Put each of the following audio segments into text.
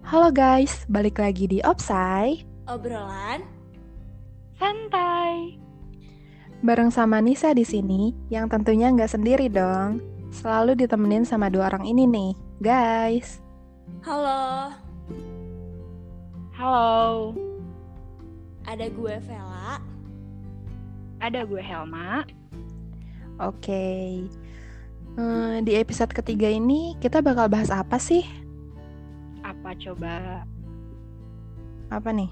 Halo guys, balik lagi di Opsai Obrolan Santai. bareng sama Nisa di sini, yang tentunya nggak sendiri dong. Selalu ditemenin sama dua orang ini nih, guys. Halo, Halo, ada gue Vela. ada gue Helma. Oke, di episode ketiga ini kita bakal bahas apa sih? Apa coba? Apa nih?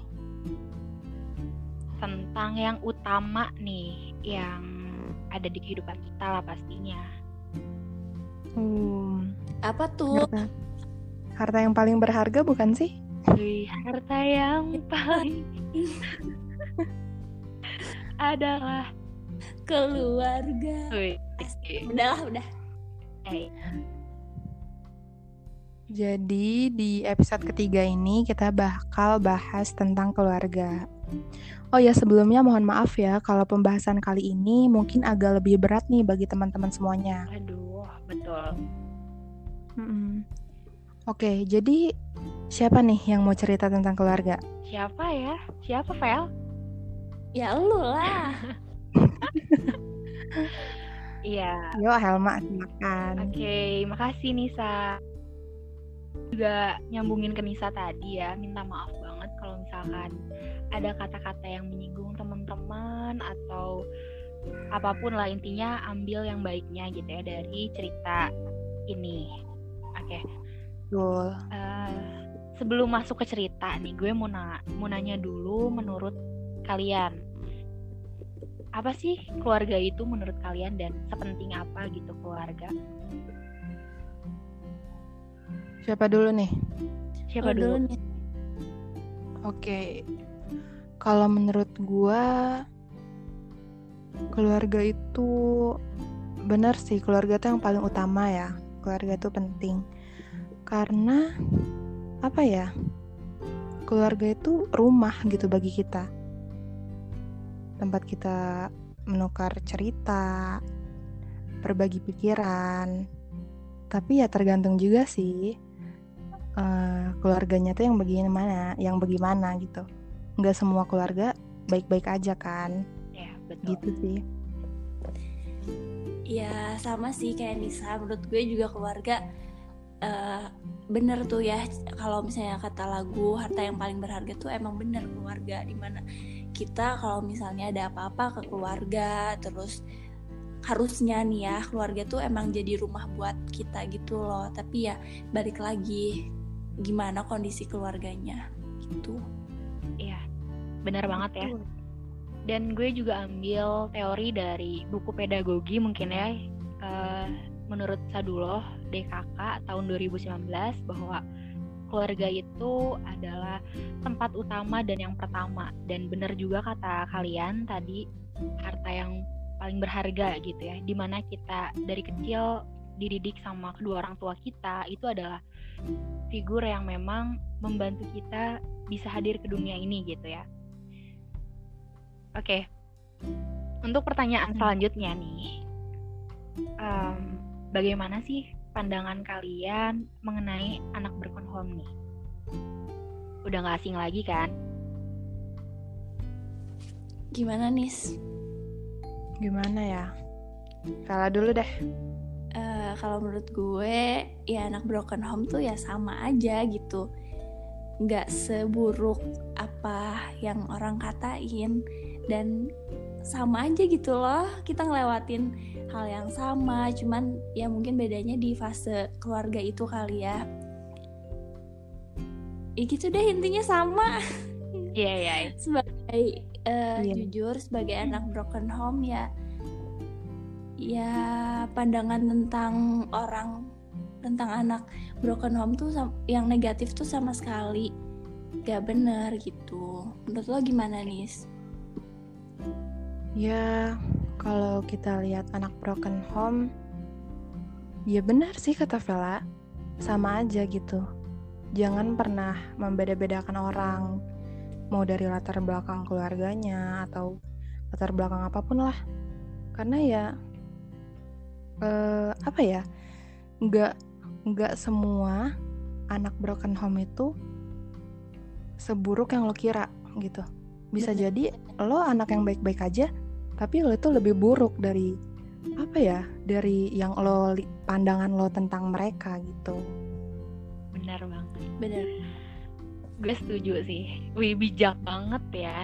Tentang yang utama nih, yang ada di kehidupan kita lah pastinya. Apa tuh? Harta yang paling berharga bukan sih? Wih, harta yang paling adalah Keluarga. Wih, Udah. Jadi di episode ketiga ini kita bakal bahas tentang keluarga. Oh ya, sebelumnya mohon maaf ya kalau pembahasan kali ini mungkin agak lebih berat nih bagi teman-teman semuanya. Aduh, betul. Oke, jadi siapa nih yang mau cerita tentang keluarga? Siapa ya? Siapa, Vel? Ya lu lah. Iya. Yo, Helma, silakan. Oke, makasih Nisa. Juga nyambungin ke Nisa tadi ya, minta maaf banget kalau misalkan ada kata-kata yang menyinggung teman-teman atau apapun lah, intinya ambil yang baiknya gitu ya dari cerita ini. Oke. Betul. Sebelum masuk ke cerita nih, gue mau nanya dulu, menurut kalian apa sih keluarga itu menurut kalian dan sepenting apa gitu keluarga? Siapa dulu nih? Siapa dulu? Nih. Oke. Kalau menurut gua keluarga itu benar sih, keluarga itu yang paling utama ya. Keluarga itu penting. Karena apa ya? Keluarga itu rumah gitu bagi kita. Tempat kita menukar cerita, berbagi pikiran. Tapi ya tergantung juga sih keluarganya tuh yang bagaimana gitu. Nggak semua keluarga baik-baik aja kan. Ya, betul. Gitu sih. Ya sama sih kayak Nisa. Menurut gue juga keluarga bener tuh ya. Kalau misalnya kata lagu harta yang paling berharga tuh emang bener keluarga. Dimana kita kalau misalnya ada apa-apa ke keluarga, terus harusnya nih ya keluarga tuh emang jadi rumah buat kita gitu loh. Tapi ya balik lagi gimana kondisi keluarganya gitu. Iya, benar banget ya. Dan gue juga ambil teori dari buku pedagogi mungkin ya, menurut Sadullah DKK tahun 2019 bahwa keluarga itu adalah tempat utama dan yang pertama. Dan benar juga kata kalian tadi, harta yang paling berharga gitu ya, dimana kita dari kecil dididik sama kedua orang tua kita, itu adalah figur yang memang membantu kita bisa hadir ke dunia ini gitu ya. Oke. Untuk pertanyaan selanjutnya nih, bagaimana sih pandangan kalian mengenai anak broken home nih? Udah gak asing lagi kan? Gimana Nis? Gimana ya? Kalah dulu deh. Kalau menurut gue ya anak broken home tuh ya sama aja gitu, nggak seburuk apa yang orang katain dan sama aja gitu loh, kita ngelewatin hal yang sama, cuman ya mungkin bedanya di fase keluarga itu kali ya. Ya gitu deh, intinya sama. Iya. Sebagai jujur sebagai anak broken home ya pandangan tentang anak broken home tuh yang negatif tuh sama sekali gak bener gitu. Menurut lo gimana Nis? Ya, kalau kita lihat anak broken home, ya benar sih kata Vela, sama aja gitu. Jangan pernah membeda-bedakan orang, mau dari latar belakang keluarganya atau latar belakang apapun lah. Karena ya nggak semua anak broken home itu seburuk yang lo kira gitu. Bisa jadi lo anak yang baik-baik aja, tapi lo itu lebih buruk dari dari yang pandangan lo tentang mereka gitu. Benar banget. Bener. Gue setuju sih. Wih, bijak banget ya.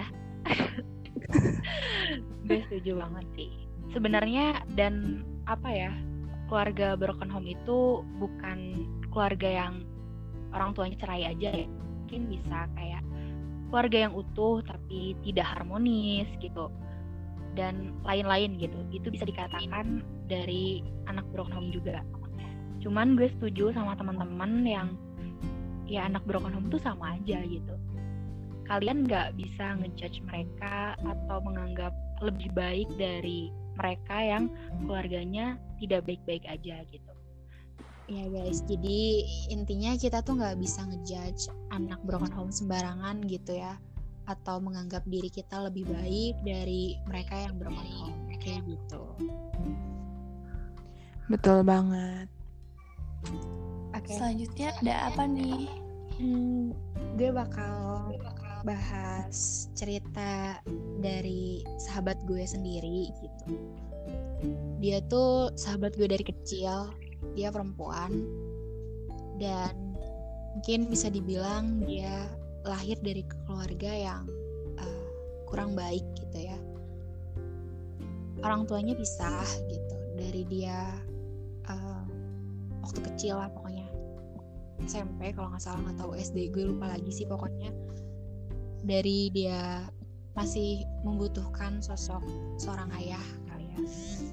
Gue setuju banget sih. Sebenarnya dan keluarga broken home itu bukan keluarga yang orang tuanya cerai aja ya. Mungkin bisa kayak keluarga yang utuh tapi tidak harmonis gitu. Dan lain-lain gitu. Itu bisa dikatakan dari anak broken home juga. Cuman gue setuju sama teman-teman yang ya anak broken home tuh sama aja gitu. Kalian gak bisa ngejudge mereka atau menganggap lebih baik dari mereka yang keluarganya tidak baik-baik aja gitu. Ya guys, jadi intinya kita tuh gak bisa ngejudge anak broken home sembarangan gitu ya, atau menganggap diri kita lebih baik dari mereka yang broken home kayak gitu. Betul banget. Oke. Selanjutnya ada apa nih? Gue bakal bahas cerita dari sahabat gue sendiri gitu. Dia tuh sahabat gue dari kecil, dia perempuan, dan mungkin bisa dibilang dia lahir dari keluarga yang kurang baik gitu ya. Orang tuanya pisah gitu dari dia waktu kecil lah pokoknya, SMP kalau nggak salah, nggak tahu SD, gue lupa lagi sih. Pokoknya dari dia masih membutuhkan sosok seorang ayah kali ya,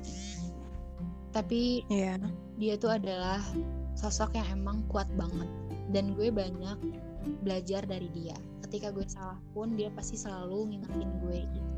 tapi dia tuh adalah sosok yang emang kuat banget, dan gue banyak belajar dari dia. Ketika gue salah pun dia pasti selalu ngingetin gue gitu.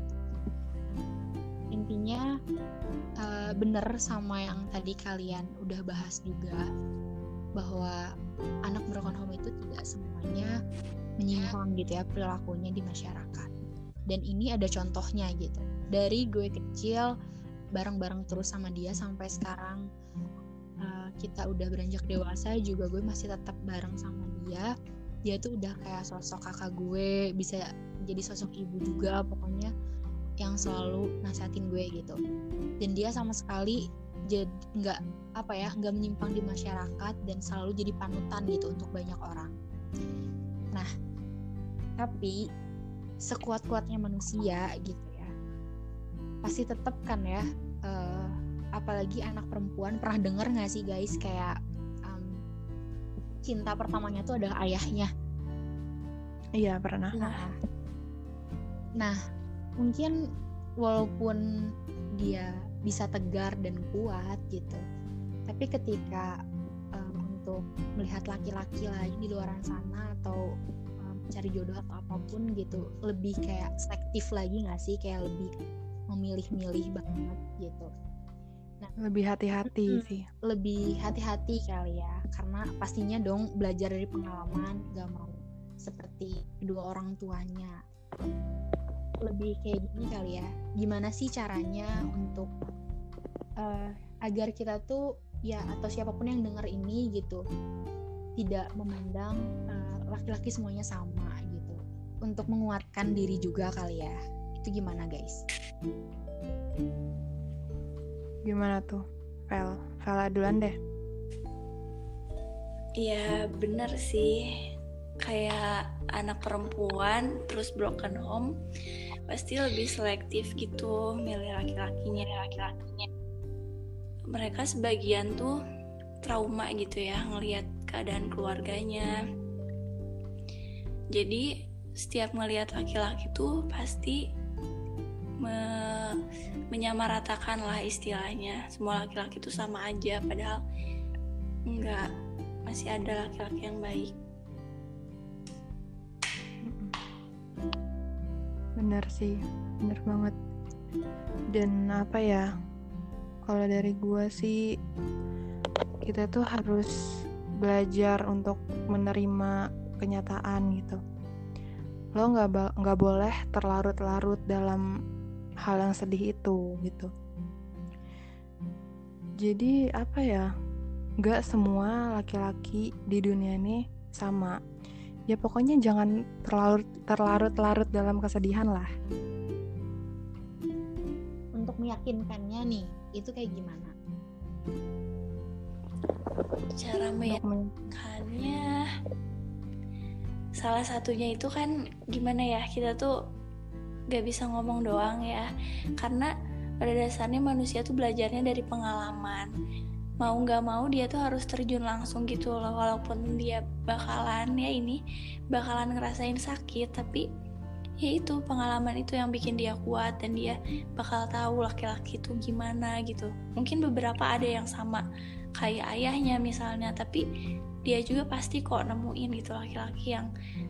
Intinya bener sama yang tadi kalian udah bahas juga, bahwa anak broken home itu tidak semuanya menyimpang gitu ya perilakunya di masyarakat. Dan ini ada contohnya gitu. Dari gue kecil bareng-bareng terus sama dia sampai sekarang kita udah beranjak dewasa juga, gue masih tetap bareng sama dia. Dia tuh udah kayak sosok kakak gue, bisa jadi sosok ibu juga pokoknya, yang selalu nasihatin gue gitu. Dan dia sama sekali nggak menyimpang di masyarakat dan selalu jadi panutan gitu untuk banyak orang. Nah, tapi sekuat-kuatnya manusia gitu ya, pasti tetap kan ya, apalagi anak perempuan, pernah denger nggak sih guys kayak cinta pertamanya tuh adalah ayahnya? Iya, pernah. Nah, mungkin walaupun dia bisa tegar dan kuat gitu, tapi ketika untuk melihat laki-laki lain di luar sana atau mencari jodoh atau apapun gitu, lebih kayak selektif lagi nggak sih, kayak lebih memilih-milih banget gitu. Nah, lebih hati-hati sih. Lebih hati-hati kali ya, karena pastinya dong belajar dari pengalaman, gak mau seperti kedua orang tuanya. Lebih kayak gini kali ya, gimana sih caranya untuk agar kita tuh ya, atau siapapun yang denger ini gitu, tidak memandang laki-laki semuanya sama gitu, untuk menguatkan diri juga kali ya. Itu gimana guys? Gimana tuh? Vela duluan deh. Iya bener sih, kayak anak perempuan terus broken home pasti lebih selektif gitu milih laki-lakinya. Mereka sebagian tuh trauma gitu ya ngelihat keadaan keluarganya. Jadi setiap ngelihat laki-laki tuh pasti menyamaratakan lah istilahnya, semua laki-laki tuh sama aja, padahal enggak, masih ada laki-laki yang baik. Bener sih, bener banget. Dan kalau dari gue sih, kita tuh harus belajar untuk menerima kenyataan gitu. Lo nggak boleh terlarut-larut dalam hal yang sedih itu gitu. Jadi nggak semua laki-laki di dunia ini sama. Ya pokoknya jangan terlarut dalam kesedihan lah. Untuk meyakinkannya nih, itu kayak gimana? Cara meyakinkannya, salah satunya itu kan gimana ya, kita tuh gak bisa ngomong doang ya, karena pada dasarnya manusia tuh belajarnya dari pengalaman. Mau gak mau dia tuh harus terjun langsung gitu loh, walaupun dia bakalan ngerasain sakit, tapi ya itu pengalaman itu yang bikin dia kuat dan dia bakal tahu laki-laki itu gimana gitu. Mungkin beberapa ada yang sama kayak ayahnya misalnya, tapi dia juga pasti kok nemuin gitu laki-laki yang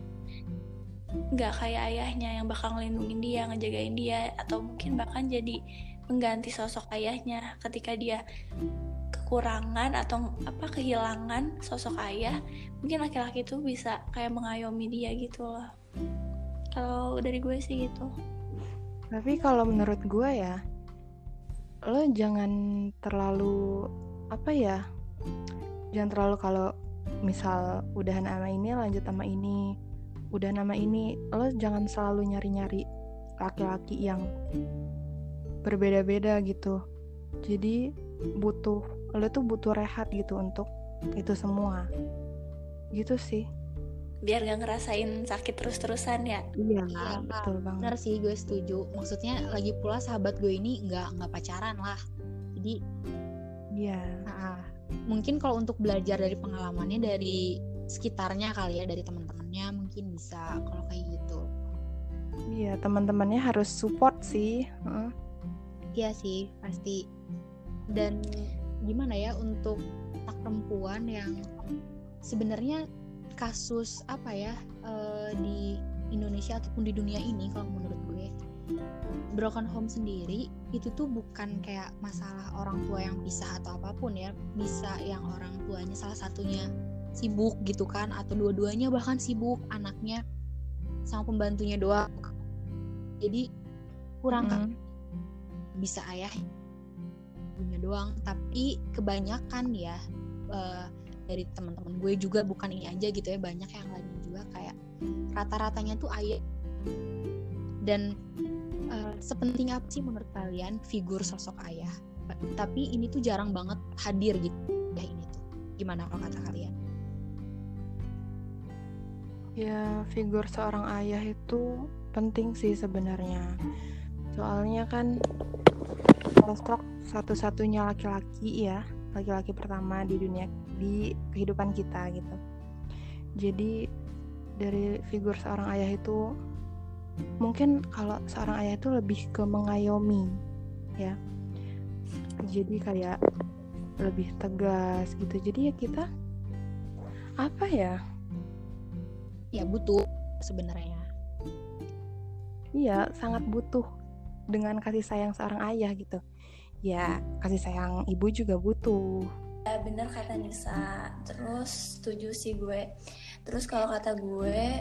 nggak kayak ayahnya, yang bakal ngelindungin dia, ngejagain dia, atau mungkin bahkan jadi pengganti sosok ayahnya ketika dia kekurangan atau kehilangan sosok ayah. Mungkin laki-laki itu bisa kayak mengayomi dia gitu loh. Kalau dari gue sih gitu. Tapi kalau menurut gue ya, lo jangan terlalu jangan terlalu kalau misal udahan sama ini lanjut sama ini, udah nama ini, lo jangan selalu nyari-nyari laki-laki yang berbeda-beda gitu. Jadi lo tuh butuh rehat gitu untuk itu semua gitu sih, biar gak ngerasain sakit terus-terusan ya. Iya, betul banget. Bener sih, gue setuju. Maksudnya lagi pula sahabat gue ini nggak pacaran lah, jadi iya. Mungkin kalau untuk belajar dari pengalamannya dari sekitarnya kali ya, dari teman-temannya mungkin bisa kalau kayak gitu. Iya, teman-temannya harus support sih. Iya sih, pasti. Dan gimana ya untuk perempuan yang sebenarnya kasus di Indonesia ataupun di dunia ini, kalau menurut gue broken home sendiri itu tuh bukan kayak masalah orang tua yang pisah atau apapun ya. Bisa yang orang tuanya salah satunya sibuk gitu kan, atau dua-duanya bahkan sibuk, anaknya sama pembantunya doang, jadi kurang kan. Bisa ayah punya doang, tapi kebanyakan ya dari teman-teman gue juga, bukan ini aja gitu ya, banyak yang lainnya juga kayak rata-ratanya tuh ayah. Dan sepenting apa sih menurut kalian figur sosok ayah? Tapi ini tuh jarang banget hadir gitu ya, ini tuh gimana kalau kata kalian? Ya, figur seorang ayah itu penting sih sebenarnya. Soalnya kan sosok satu-satunya laki-laki ya, laki-laki pertama di dunia, di kehidupan kita gitu. Jadi dari figur seorang ayah itu, mungkin kalau seorang ayah itu lebih ke mengayomi ya. Jadi kayak lebih tegas gitu. Jadi ya kita ya butuh sebenarnya. Iya, sangat butuh dengan kasih sayang seorang ayah gitu. Ya, kasih sayang ibu juga butuh. Ya, bener kata Nisa. Terus setuju sih gue. Terus kalau kata gue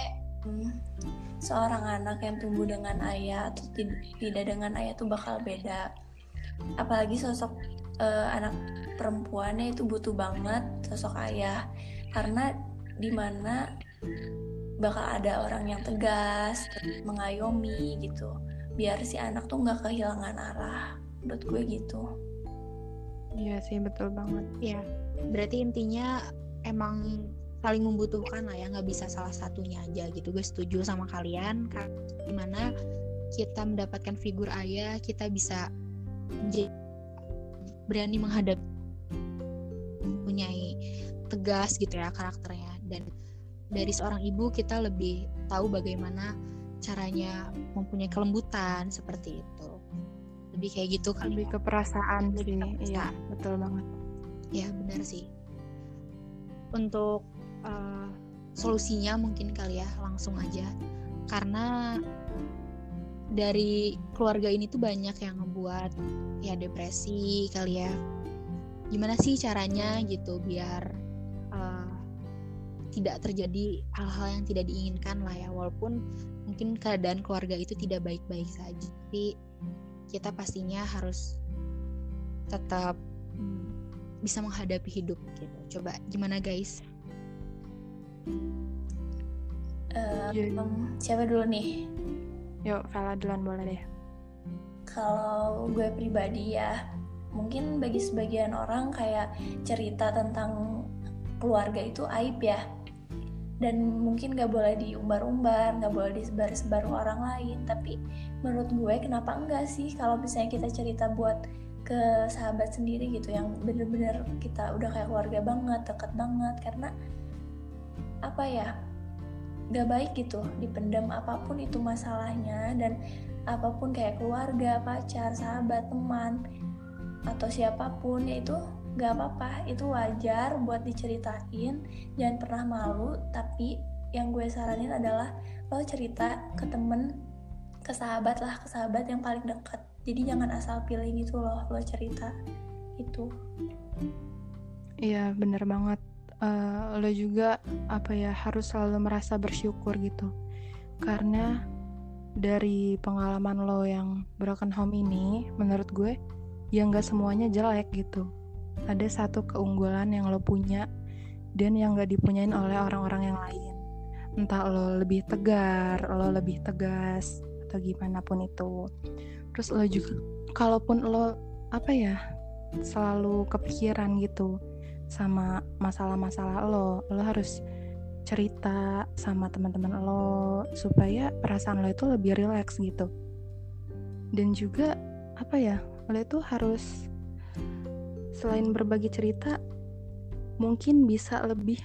seorang anak yang tumbuh dengan ayah atau tidak dengan ayah tuh bakal beda. Apalagi sosok anak perempuannya itu butuh banget sosok ayah, karena dimana bakal ada orang yang tegas, mengayomi gitu, biar si anak tuh nggak kehilangan arah. Menurut gue gitu. Iya sih, betul banget. Ya, berarti intinya emang saling membutuhkan lah ya, nggak bisa salah satunya aja gitu. Gue setuju sama kalian, gimana kita mendapatkan figur ayah, kita bisa berani menghadapi, mempunyai tegas gitu ya karakternya. Dan dari seorang ibu kita lebih tahu bagaimana caranya mempunyai kelembutan seperti itu. Lebih kayak gitu kali. Lebih ke perasaan sih. Iya, betul banget. Ya benar sih. Untuk solusinya mungkin kali ya langsung aja, karena dari keluarga ini tuh banyak yang ngebuat ya depresi kali ya. Gimana sih caranya gitu biar tidak terjadi hal-hal yang tidak diinginkan lah ya, walaupun mungkin keadaan keluarga itu tidak baik-baik saja, tapi kita pastinya harus tetap bisa menghadapi hidup gitu. Coba gimana guys? Jadi, Siapa dulu nih? yuk Vela duluan boleh deh. Kalau gue pribadi ya, mungkin bagi sebagian orang kayak cerita tentang keluarga itu aib ya, dan mungkin gak boleh diumbar-umbar, gak boleh disebar-sebar orang lain. Tapi menurut gue kenapa enggak sih kalau misalnya kita cerita buat ke sahabat sendiri gitu, yang bener-bener kita udah kayak keluarga banget, deket banget. Karena apa ya, gak baik gitu dipendam apapun itu masalahnya, dan apapun kayak keluarga, pacar, sahabat, teman, atau siapapun ya itu gak apa-apa, itu wajar buat diceritain, jangan pernah malu. Tapi yang gue saranin adalah lo cerita ke temen, ke sahabat lah, ke sahabat yang paling dekat. Jadi jangan asal pilih gitu loh, lo cerita itu. Iya bener banget. Lo juga harus selalu merasa bersyukur gitu, karena dari pengalaman lo yang broken home ini, menurut gue ya nggak semuanya jelek gitu. Ada satu keunggulan yang lo punya dan yang nggak dipunyain oleh orang-orang yang lain. Entah lo lebih tegar, lo lebih tegas, atau gimana pun itu. Terus lo juga, kalaupun lo selalu kepikiran gitu sama masalah-masalah lo harus cerita sama teman-teman lo supaya perasaan lo itu lebih rileks gitu. Dan juga lo itu harus selain berbagi cerita, mungkin bisa lebih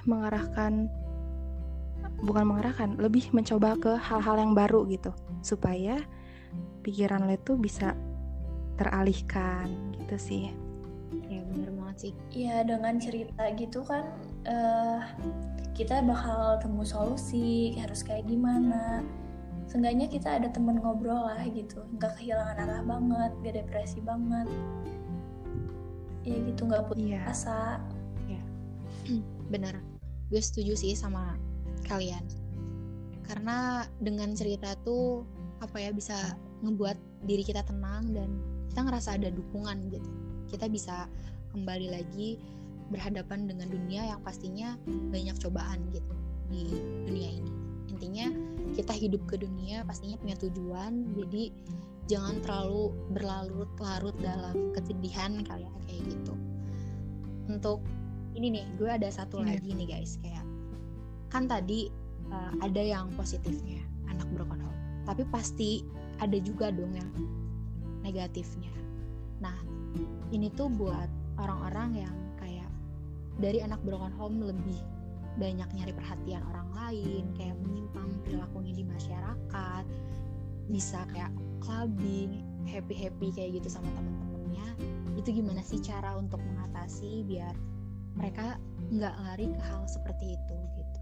lebih mencoba ke hal-hal yang baru gitu, supaya pikiran lo itu bisa teralihkan gitu sih. Ya bener banget sih. Ya dengan cerita gitu kan kita bakal temu solusi harus kayak gimana. Seenggaknya kita ada temen ngobrol lah gitu, nggak kehilangan arah banget, nggak depresi banget. Ya gitu, nggak putus asa. Ya bener, gue setuju sih sama kalian. Karena dengan cerita tuh bisa ngebuat diri kita tenang dan kita ngerasa ada dukungan gitu. Kita bisa kembali lagi berhadapan dengan dunia yang pastinya banyak cobaan gitu di dunia ini. Intinya kita hidup ke dunia pastinya punya tujuan, jadi jangan terlalu berlarut-larut dalam kesedihan kayak gitu. Untuk ini nih, gue ada satu lagi nih guys, kayak kan tadi ada yang positifnya anak broken home, tapi pasti ada juga dong yang negatifnya. Nah, ini tuh buat orang-orang yang kayak dari anak broken home lebih banyak nyari perhatian orang lain, kayak menyimpang perilakunya di masyarakat, bisa kayak clubbing, happy kayak gitu sama teman-temannya. Itu gimana sih cara untuk mengatasi biar mereka nggak lari ke hal seperti itu gitu?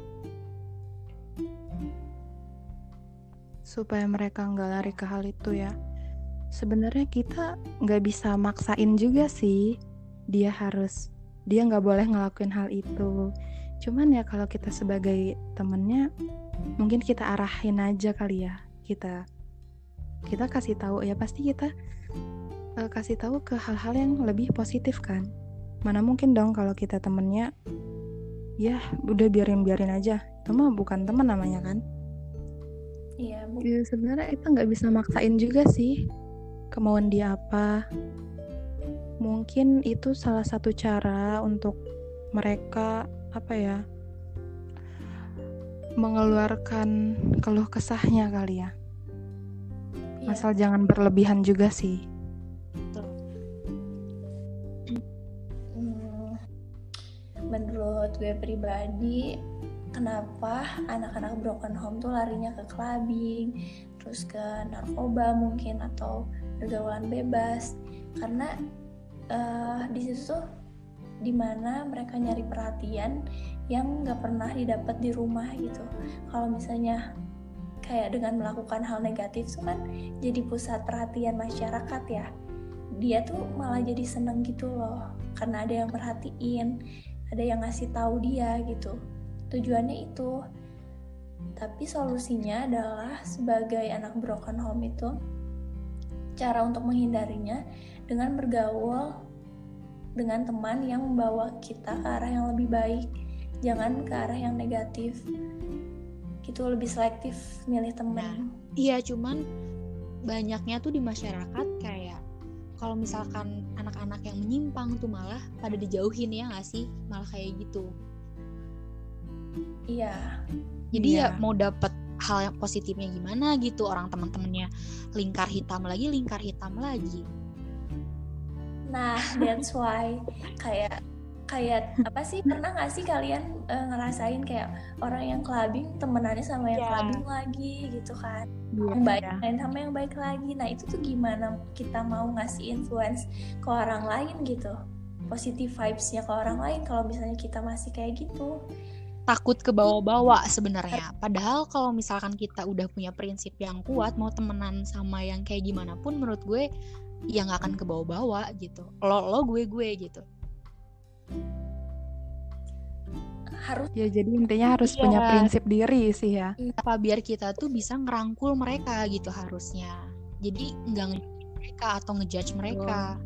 Supaya mereka nggak lari ke hal itu ya, sebenarnya kita nggak bisa maksain juga sih. Dia nggak boleh ngelakuin hal itu. Cuman ya kalau kita sebagai temennya, mungkin kita arahin aja kali ya. Kita kasih tahu ya, pasti kita kasih tahu ke hal-hal yang lebih positif kan. Mana mungkin dong kalau kita temennya ya udah biarin aja, itu mah bukan teman namanya kan. Iya, ya, sebenarnya itu nggak bisa maksain juga sih kemauan dia apa. Mungkin itu salah satu cara untuk mereka mengeluarkan keluh kesahnya kali ya. Asal jangan berlebihan juga sih. Menurut gue pribadi, kenapa anak-anak broken home tuh larinya ke clubbing, terus ke narkoba mungkin, atau pergaulan bebas? Karena di situ tuh dimana mereka nyari perhatian yang nggak pernah didapat di rumah gitu. Kalau misalnya kayak dengan melakukan hal negatif tuh kan jadi pusat perhatian masyarakat ya, dia tuh malah jadi seneng gitu loh, karena ada yang perhatiin, ada yang ngasih tahu dia gitu. Tujuannya itu. Tapi solusinya adalah sebagai anak broken home itu, cara untuk menghindarinya dengan bergaul dengan teman yang membawa kita ke arah yang lebih baik, jangan ke arah yang negatif. gitu, lebih selektif milih temen. Iya, cuman banyaknya tuh di masyarakat kayak kalau misalkan anak-anak yang menyimpang tuh malah pada dijauhin, ya nggak sih? Malah kayak gitu. Iya. Jadi ya mau dapet hal yang positifnya gimana gitu, orang teman-temannya lingkar hitam lagi. Nah, that's why kayak apa sih, pernah nggak sih kalian ngerasain kayak orang yang clubbing temenannya sama yang clubbing lagi gitu kan, yang baik lain sama yang baik lagi. Nah itu tuh gimana kita mau ngasih influence ke orang lain gitu, positive vibes-nya ke orang lain kalau misalnya kita masih kayak gitu. Takut ke bawa-bawa sebenarnya. Padahal kalau misalkan kita udah punya prinsip yang kuat, mau temenan sama yang kayak gimana pun, menurut gue ya nggak akan ke bawa-bawa gitu. Lo gue gitu. Harus ya, jadi intinya harus punya prinsip diri sih ya. Apa biar kita tuh bisa ngerangkul mereka gitu harusnya. Jadi nggak ngejudge mereka atau ngejudge mereka.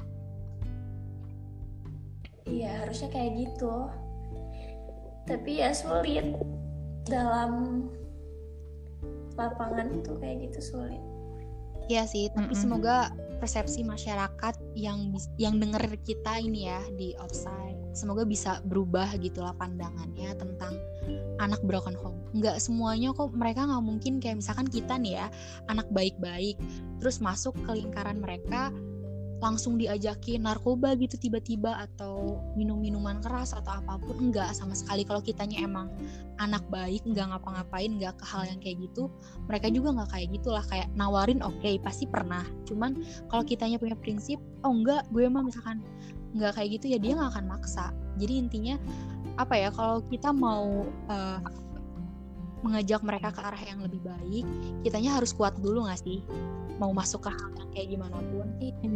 Iya, harusnya kayak gitu. Tapi ya sulit dalam lapangan tuh kayak gitu, sulit. Iya sih, tapi semoga persepsi masyarakat yang denger kita ini ya di Offside, semoga bisa berubah gitulah pandangannya tentang anak broken home. Nggak semuanya kok, mereka nggak mungkin kayak misalkan kita nih ya, anak baik-baik terus masuk ke lingkaran mereka langsung diajakin narkoba gitu tiba-tiba atau minum-minuman keras atau apapun. Enggak sama sekali. Kalau kitanya emang anak baik, enggak ngapa-ngapain, enggak ke hal yang kayak gitu, mereka juga enggak kayak gitulah. Kayak nawarin oke, pasti pernah. Cuman kalau kitanya punya prinsip, oh enggak, gue mah misalkan enggak kayak gitu, ya dia enggak akan maksa. Jadi intinya apa ya, kalau kita mau mengajak mereka ke arah yang lebih baik, kitanya harus kuat dulu enggak sih? Mau masuk ke hal yang kayak gimana pun.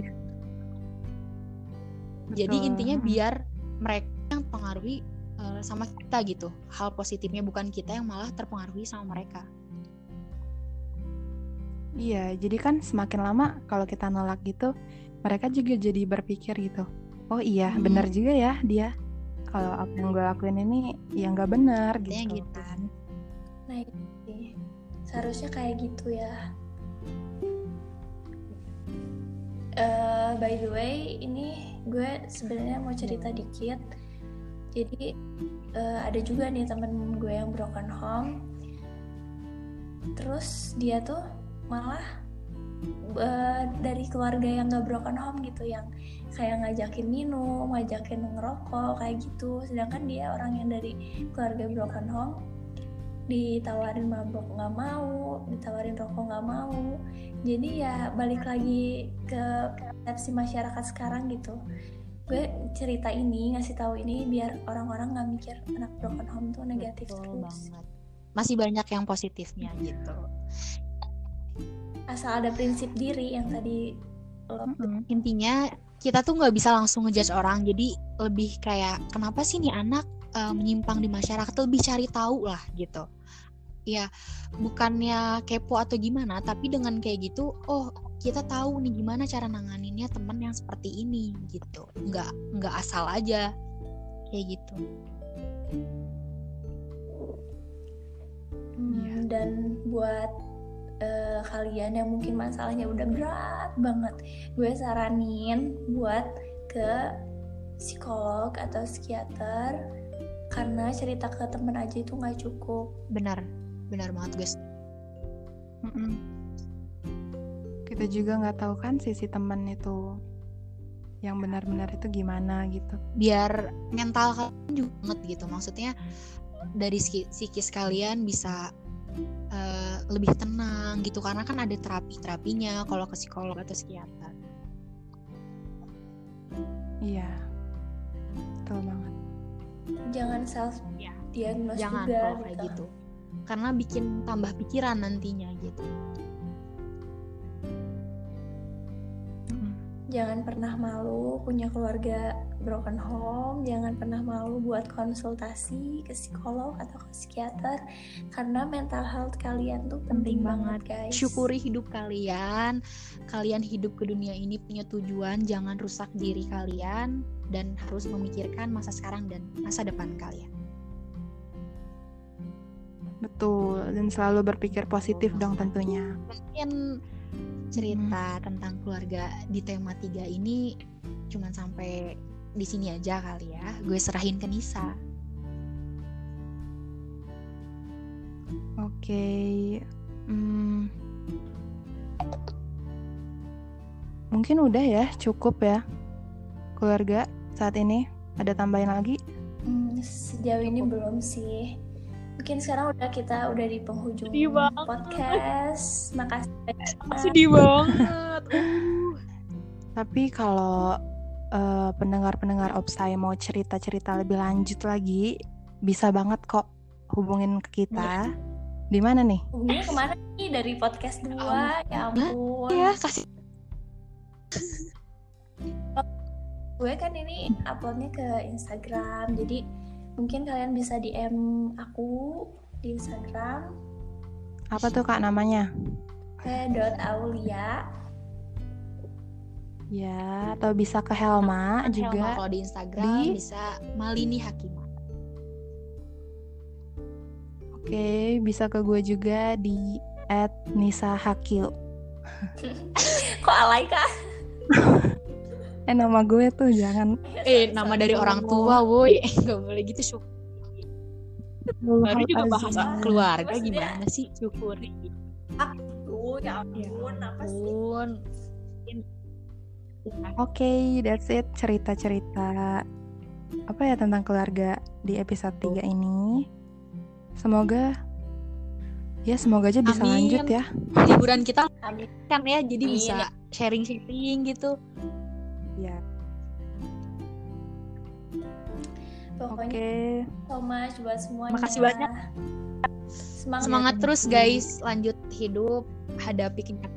Jadi intinya biar mereka yang pengaruhi sama kita gitu. Hal positifnya, bukan kita yang malah terpengaruhi sama mereka. Iya, jadi kan semakin lama kalau kita nolak gitu, mereka juga jadi berpikir gitu. Oh iya, benar juga ya dia. Kalau apa yang gue lakuin ini ya nggak benar gitu kan. Nah, seharusnya kayak gitu ya. By the way, ini gue sebenarnya mau cerita dikit. Jadi ada juga nih temen gue yang broken home. Terus dia tuh malah dari keluarga yang gak broken home gitu, yang kayak ngajakin minum, ngajakin ngerokok kayak gitu. Sedangkan dia orang yang dari keluarga broken home, ditawarin mabok nggak mau, ditawarin rokok nggak mau. Jadi ya balik lagi ke persepsi masyarakat sekarang gitu. Gue cerita ini, ngasih tahu ini biar orang-orang nggak mikir anak broken home tuh negatif. Betul terus banget. Masih banyak yang positifnya gitu. Asal ada prinsip diri yang tadi Intinya kita tuh nggak bisa langsung ngejudge orang. Jadi lebih kayak kenapa sih nih anak menyimpang di masyarakat, lebih cari tahu lah gitu. Ya bukannya kepo atau gimana, tapi dengan kayak gitu, oh kita tahu nih gimana cara nanganinnya teman yang seperti ini gitu. Nggak asal aja kayak gitu. Dan buat kalian yang mungkin masalahnya udah berat banget, gue saranin buat ke psikolog atau psikiater, karena cerita ke temen aja itu nggak cukup. Benar banget guys. Kita juga nggak tahu kan sisi teman itu yang benar-benar itu gimana gitu. Biar mental kalian juga banget gitu, maksudnya dari psikis kalian bisa lebih tenang gitu, karena kan ada terapinya kalau ke psikolog atau psikiater. Iya, betul banget. Jangan self diagnose Jangan juga kalau kayak gitu, karena bikin tambah pikiran nantinya gitu. Jangan pernah malu punya keluarga broken home. Jangan pernah malu buat konsultasi ke psikolog atau ke psikiater, karena mental health kalian tuh penting banget guys. Syukuri hidup kalian. Kalian hidup ke dunia ini punya tujuan. Jangan rusak diri kalian, dan harus memikirkan masa sekarang dan masa depan kalian. Betul, dan selalu berpikir positif dong tentunya. Mungkin cerita tentang keluarga di tema 3 ini cuman sampai di sini aja kali ya. Gue serahin ke Nisa. Oke. Mungkin udah ya, cukup ya. Keluarga saat ini ada tambahin lagi? Sejauh ini belum sih. Mungkin sekarang kita udah di penghujung podcast. Makasih banyak. Sedih banget. Tapi kalau pendengar-pendengar Opsai mau cerita-cerita lebih lanjut lagi, bisa banget kok hubungin ke kita. Di mana nih? Hubungannya kemana nih dari podcast 2? Ya ampun. Ya, kasih. Gue kan ini uploadnya ke Instagram, jadi mungkin kalian bisa DM aku di Instagram. Apa tuh Kak namanya? @aulia. Ya, atau bisa ke Helma juga. Kalau di Instagram bisa Malini Hakimah. Oke, bisa ke gue juga di @nisahakil. Kok alay Kak? Nama gue tuh jangan. Nama dari orang tua, woi. Gak boleh gitu, baru juga bahas keluarga gimana sih, syukuri. Aku, ya ampun, apa sih? Oke, that's it cerita-cerita apa ya tentang keluarga di episode 3 ini. Semoga aja bisa lanjut ya. Liburan kita Amin. kan ya, jadi bisa sharing-sharing gitu. Ya. Pokoknya so much buat semuanya. Makasih banyak. Semangat terus guys, lanjut hidup, hadapi kenyataan.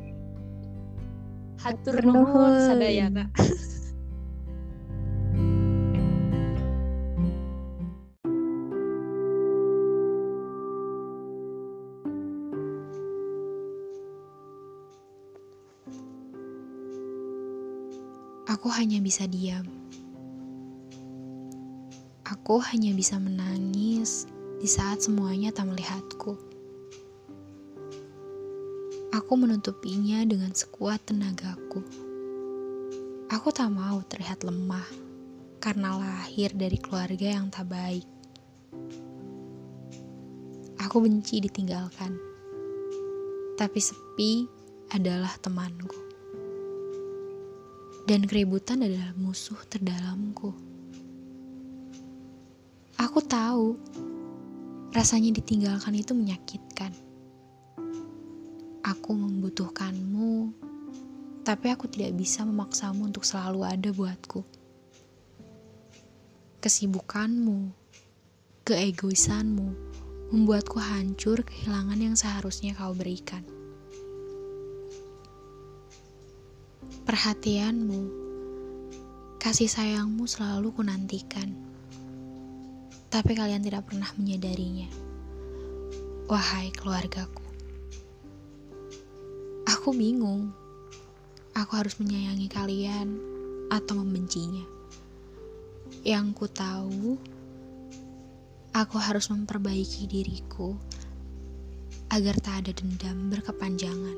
Hatur nuhun sadayana. Aku hanya bisa diam. Aku hanya bisa menangis di saat semuanya tak melihatku. Aku menutupinya dengan sekuat tenagaku. Aku tak mau terlihat lemah karena lahir dari keluarga yang tak baik. Aku benci ditinggalkan, tapi sepi adalah temanku. Dan keributan adalah musuh terdalamku. Aku tahu rasanya ditinggalkan itu menyakitkan. Aku membutuhkanmu, tapi aku tidak bisa memaksamu untuk selalu ada buatku. Kesibukanmu, keegoisanmu membuatku hancur kehilangan yang seharusnya kau berikan. Perhatianmu, kasih sayangmu selalu kunantikan, tapi kalian tidak pernah menyadarinya. Wahai keluargaku, aku bingung. Aku harus menyayangi kalian atau membencinya. Yang ku tahu, aku harus memperbaiki diriku agar tak ada dendam berkepanjangan.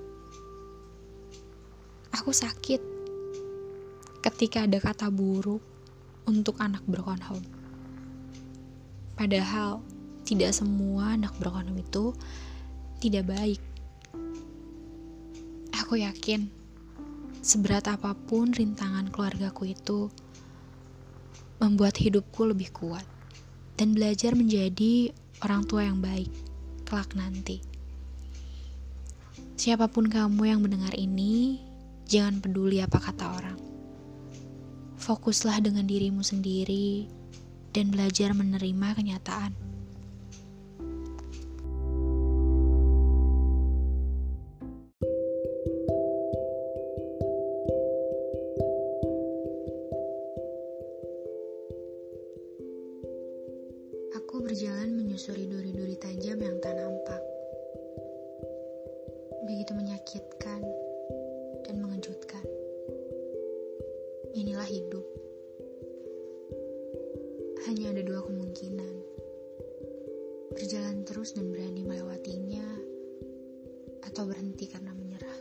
Aku sakit ketika ada kata buruk untuk anak broken home. Padahal tidak semua anak broken home itu tidak baik. Aku yakin seberat apapun rintangan keluargaku itu membuat hidupku lebih kuat dan belajar menjadi orang tua yang baik kelak nanti. Siapapun kamu yang mendengar ini, jangan peduli apa kata orang. Fokuslah dengan dirimu sendiri dan belajar menerima kenyataan. Aku berjalan menyusuri duri-duri tajam yang tak nampak. Begitu menyakitkan dan mengejutkan. Inilah hidup. Hanya ada dua kemungkinan. berjalan terus dan berani melewatinya, atau berhenti karena menyerah.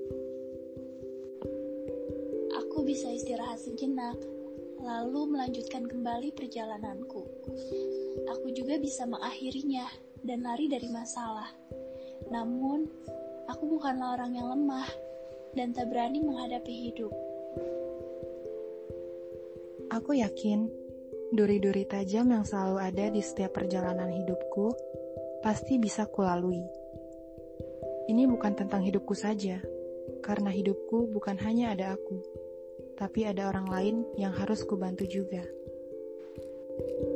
Aku bisa istirahat sejenak, lalu melanjutkan kembali perjalananku. Aku juga bisa mengakhirinya dan lari dari masalah. Namun, aku bukanlah orang yang lemah dan tak berani menghadapi hidup. Aku yakin duri-duri tajam yang selalu ada di setiap perjalanan hidupku pasti bisa kulalui. Ini bukan tentang hidupku saja, karena hidupku bukan hanya ada aku, tapi ada orang lain yang harus kubantu juga.